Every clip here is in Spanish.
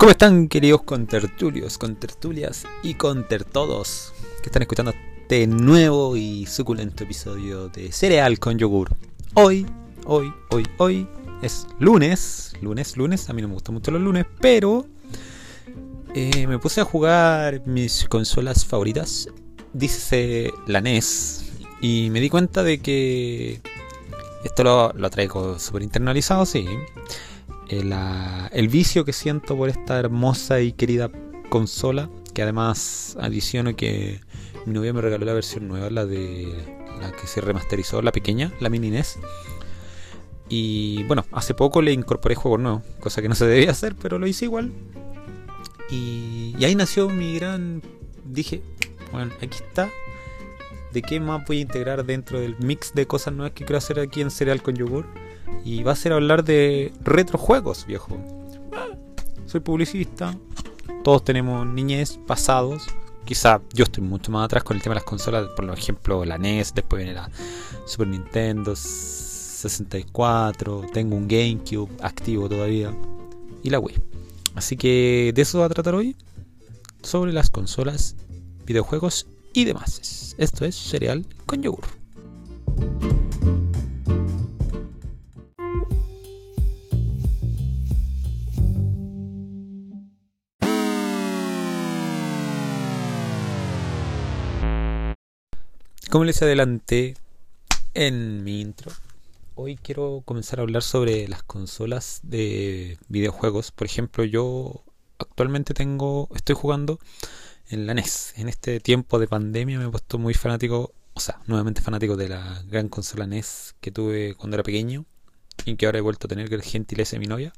¿Cómo están, queridos contertulios, contertulias y contertodos que están escuchando este nuevo y suculento episodio de Cereal con Yogur? Hoy es lunes. A mí no me gustan mucho los lunes, pero me puse a jugar mis consolas favoritas, dícese la NES, y me di cuenta de que esto lo traigo súper internalizado, sí. El vicio que siento por esta hermosa y querida consola, que además adiciono que mi novia me regaló la versión nueva, la que se remasterizó, la pequeña, la mini NES. Y bueno, hace poco le incorporé juegos nuevos, cosa que no se debía hacer, pero lo hice igual. Y ahí nació mi gran... Dije, bueno, aquí está. ¿De qué más voy a integrar dentro del mix de cosas nuevas que quiero hacer aquí en Cereal con Yogur? Y va a ser hablar de retrojuegos, viejo. Soy publicista. Todos tenemos niñez, pasados. Quizá yo estoy mucho más atrás con el tema de las consolas. Por ejemplo, la NES, después viene la Super Nintendo 64. Tengo un GameCube activo todavía. Y la Wii. Así que de eso va a tratar hoy. Sobre las consolas, videojuegos y demás. Esto es Cereal con Yogur. Como les adelanté en mi intro, hoy quiero comenzar a hablar sobre las consolas de videojuegos. Por ejemplo, yo actualmente estoy jugando en la NES. En este tiempo de pandemia me he puesto muy fanático, nuevamente fanático de la gran consola NES que tuve cuando era pequeño y que ahora he vuelto a tener, que es gentileza de mi novia.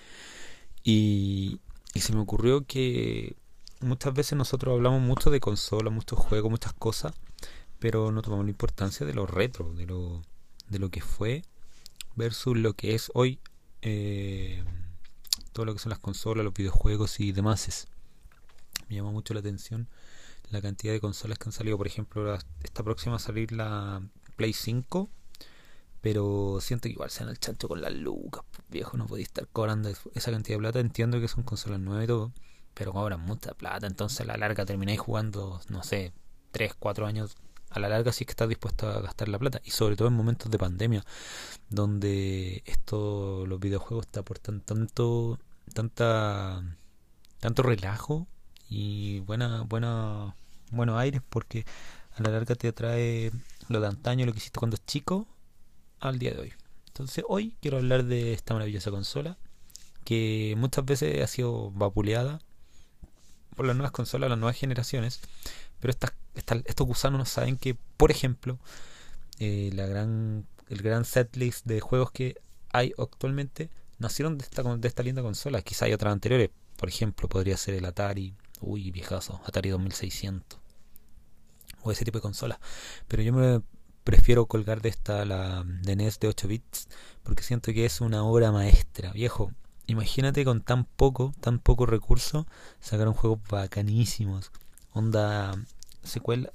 Y se me ocurrió que muchas veces nosotros hablamos mucho de consolas, muchos juegos, muchas cosas, pero no tomamos la importancia de lo retro, de lo que fue versus lo que es hoy, todo lo que son las consolas, los videojuegos y demás. Me llama mucho la atención la cantidad de consolas que han salido. Por ejemplo, está próxima a salir la Play 5, pero siento que igual se dan el chancho con las lucas, viejo. No podéis estar cobrando esa cantidad de plata. Entiendo que son consolas nuevas y todo, pero cobran mucha plata. Entonces a la larga termináis jugando, no sé, 3, 4 años a la larga, si es que estás dispuesto a gastar la plata. Y sobre todo en momentos de pandemia, donde los videojuegos te aportan tanto relajo y buenos aires, porque a la larga te atrae lo de antaño, lo que hiciste cuando es chico, al día de hoy. Entonces hoy quiero hablar de esta maravillosa consola que muchas veces ha sido vapuleada por las nuevas consolas, las nuevas generaciones, pero estos gusanos no saben que, por ejemplo, el gran setlist de juegos que hay actualmente nacieron de esta linda consola. Quizá hay otras anteriores, por ejemplo podría ser el Atari, viejazo, Atari 2600 o ese tipo de consolas, pero yo me prefiero colgar de la de NES de 8 bits, porque siento que es una obra maestra, viejo. Imagínate con tan poco recurso sacar un juego bacanísimos, onda secuela,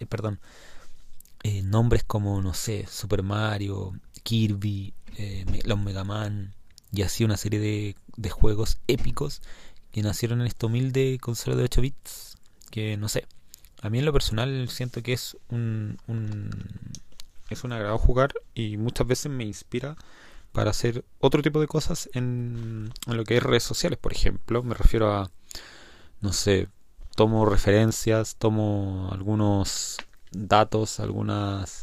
nombres como, no sé, Super Mario, Kirby, los Mega Man, y así una serie de juegos épicos que nacieron en esta humilde consola de 8 bits, que no sé, a mí en lo personal siento que es un agrado jugar, y muchas veces me inspira para hacer otro tipo de cosas en lo que es redes sociales. Por ejemplo, me refiero a, no sé, tomo referencias, tomo algunos datos, algunas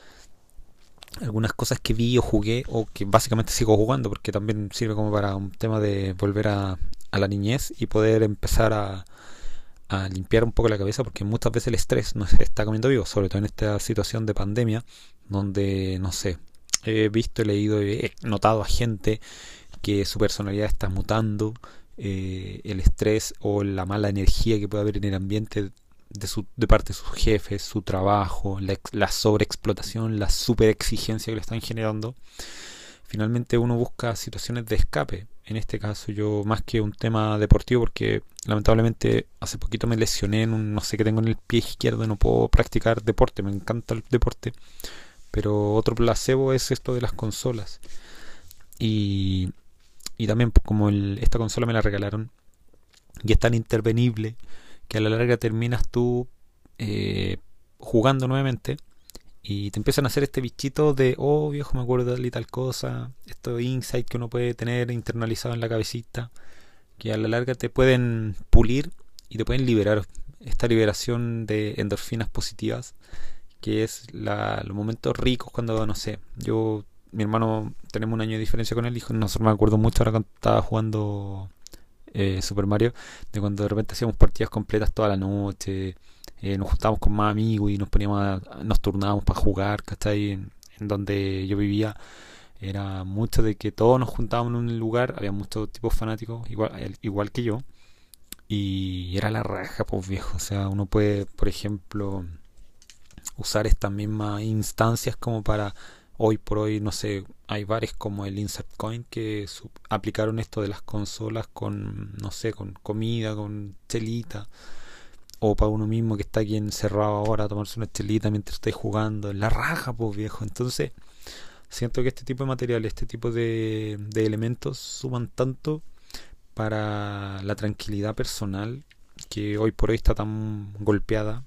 cosas que vi o jugué, o que básicamente sigo jugando, porque también sirve como para un tema de volver a la niñez y poder empezar a limpiar un poco la cabeza, porque muchas veces el estrés nos está comiendo vivo, sobre todo en esta situación de pandemia, donde, no sé, he visto, he leído, he notado a gente que su personalidad está mutando, el estrés o la mala energía que puede haber en el ambiente de parte de sus jefes, su trabajo, la sobreexplotación, la superexigencia que le están generando. Finalmente uno busca situaciones de escape. En este caso yo, más que un tema deportivo, porque lamentablemente hace poquito me lesioné en no sé qué tengo en el pie izquierdo y no puedo practicar deporte. Me encanta el deporte, pero otro placebo es esto de las consolas. Y también, como esta consola me la regalaron y es tan intervenible que a la larga terminas tú jugando nuevamente y te empiezan a hacer este bichito de, oh viejo, me acuerdo de tal y tal cosa, estos insight que uno puede tener internalizado en la cabecita, que a la larga te pueden pulir y te pueden liberar esta liberación de endorfinas positivas, que es los momentos ricos cuando, no sé, mi hermano, tenemos un año de diferencia con él, y nosotros me acuerdo mucho ahora cuando estaba jugando Super Mario, de cuando de repente hacíamos partidas completas toda la noche, nos juntábamos con más amigos y nos turnábamos para jugar, ¿cachai? En donde yo vivía era mucho de que todos nos juntábamos en un lugar, había muchos tipos fanáticos, igual que yo, y era la raja, pues viejo, o sea, uno puede, por ejemplo, usar estas mismas instancias como para, hoy por hoy, no sé, hay bares como el Insert Coin que aplicaron esto de las consolas con, no sé, con comida, con chelita, o para uno mismo que está aquí encerrado ahora a tomarse una chelita mientras estáis jugando, en la raja, pues viejo. Entonces siento que este tipo de materiales, este tipo de elementos suman tanto para la tranquilidad personal, que hoy por hoy está tan golpeada.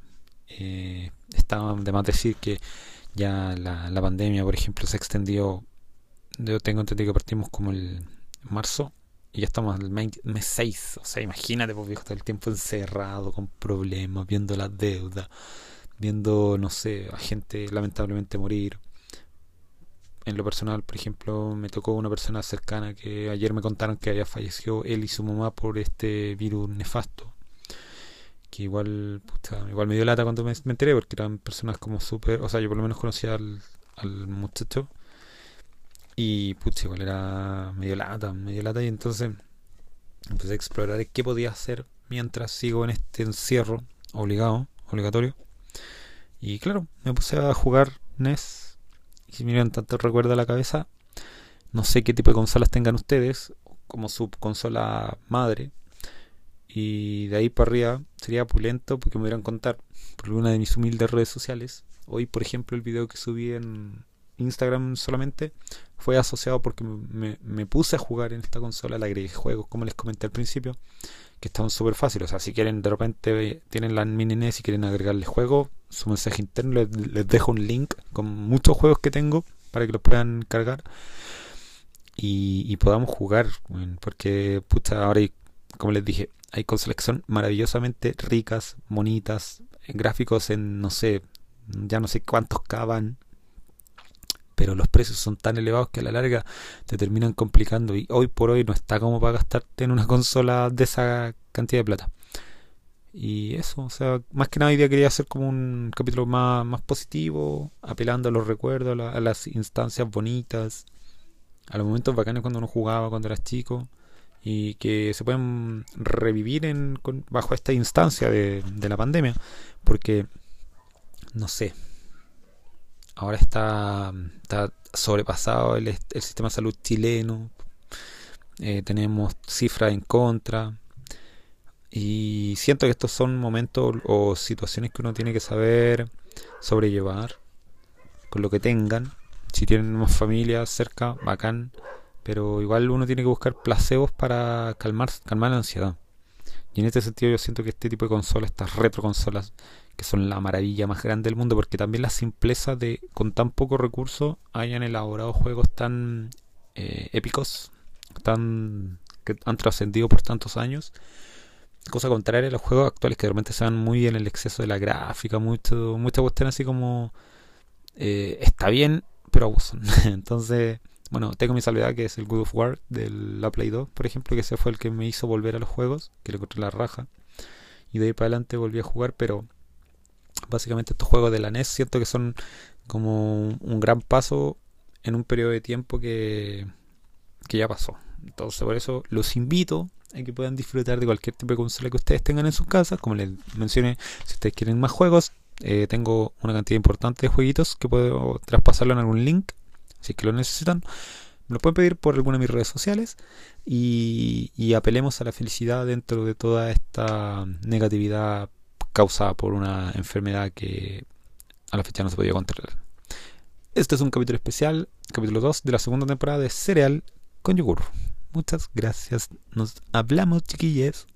Está de más decir que ya la pandemia, por ejemplo, se extendió. Yo tengo entendido que partimos como el marzo y ya estamos al mes 6. O sea, imagínate, pues viejo, todo el tiempo encerrado, con problemas, viendo las deudas, viendo, no sé, a gente lamentablemente morir. En lo personal, por ejemplo, me tocó una persona cercana que ayer me contaron que había fallecido él y su mamá por este virus nefasto. Que igual, puta, igual me dio lata cuando me enteré, porque eran personas como súper, o sea, yo por lo menos conocía al muchacho y pucha, igual era medio lata, y entonces empecé a explorar qué podía hacer mientras sigo en este encierro obligatorio, y claro, me puse a jugar NES y miren, tanto recuerdo a la cabeza. No sé qué tipo de consolas tengan ustedes como su consola madre. Y de ahí para arriba sería pulento porque me hubieran contar por una de mis humildes redes sociales. Hoy, por ejemplo, el video que subí en Instagram solamente fue asociado porque me puse a jugar en esta consola. Le agregué juegos, como les comenté al principio, que estaban súper fáciles. O sea, si quieren, de repente tienen la mini NES y quieren agregarle juegos, su mensaje interno, les dejo un link con muchos juegos que tengo para que los puedan cargar y podamos jugar. Bueno, porque, pucha, ahora como les dije, hay consolas que son maravillosamente ricas, bonitas, gráficos en, no sé, ya no sé cuántos caban, pero los precios son tan elevados que a la larga te terminan complicando, y hoy por hoy no está como para gastarte en una consola de esa cantidad de plata. Y eso, o sea, más que nada hoy día quería hacer como un capítulo más positivo, apelando a los recuerdos, a las instancias bonitas, a los momentos bacanes cuando uno jugaba cuando eras chico, y que se pueden revivir bajo esta instancia de la pandemia, porque no sé, ahora está sobrepasado el sistema de salud chileno, tenemos cifras en contra, y siento que estos son momentos o situaciones que uno tiene que saber sobrellevar con lo que tengan. Si tienen más familia cerca, bacán, pero igual uno tiene que buscar placebos para calmar la ansiedad. Y en este sentido yo siento que este tipo de consolas, estas retroconsolas, que son la maravilla más grande del mundo, porque también la simpleza de con tan pocos recursos hayan elaborado juegos tan épicos, que han trascendido por tantos años, cosa contraria a los juegos actuales que realmente se van muy en el exceso de la gráfica, mucha cuestión así como está bien, pero abusan. Entonces, bueno, tengo mi salvedad, que es el God of War de la Play 2, por ejemplo, que ese fue el que me hizo volver a los juegos, que le encontré la raja, y de ahí para adelante volví a jugar. Pero básicamente estos juegos de la NES siento que son como un gran paso en un periodo de tiempo que ya pasó. Entonces por eso los invito a que puedan disfrutar de cualquier tipo de consola que ustedes tengan en sus casas. Como les mencioné, si ustedes quieren más juegos, tengo una cantidad importante de jueguitos que puedo traspasarlo en algún link si es que lo necesitan. Me lo pueden pedir por alguna de mis redes sociales, y apelemos a la felicidad dentro de toda esta negatividad causada por una enfermedad que a la fecha no se podía controlar. Este es un capítulo especial, capítulo 2 de la segunda temporada de Cereal con Yogur. Muchas gracias. Nos hablamos, chiquillos.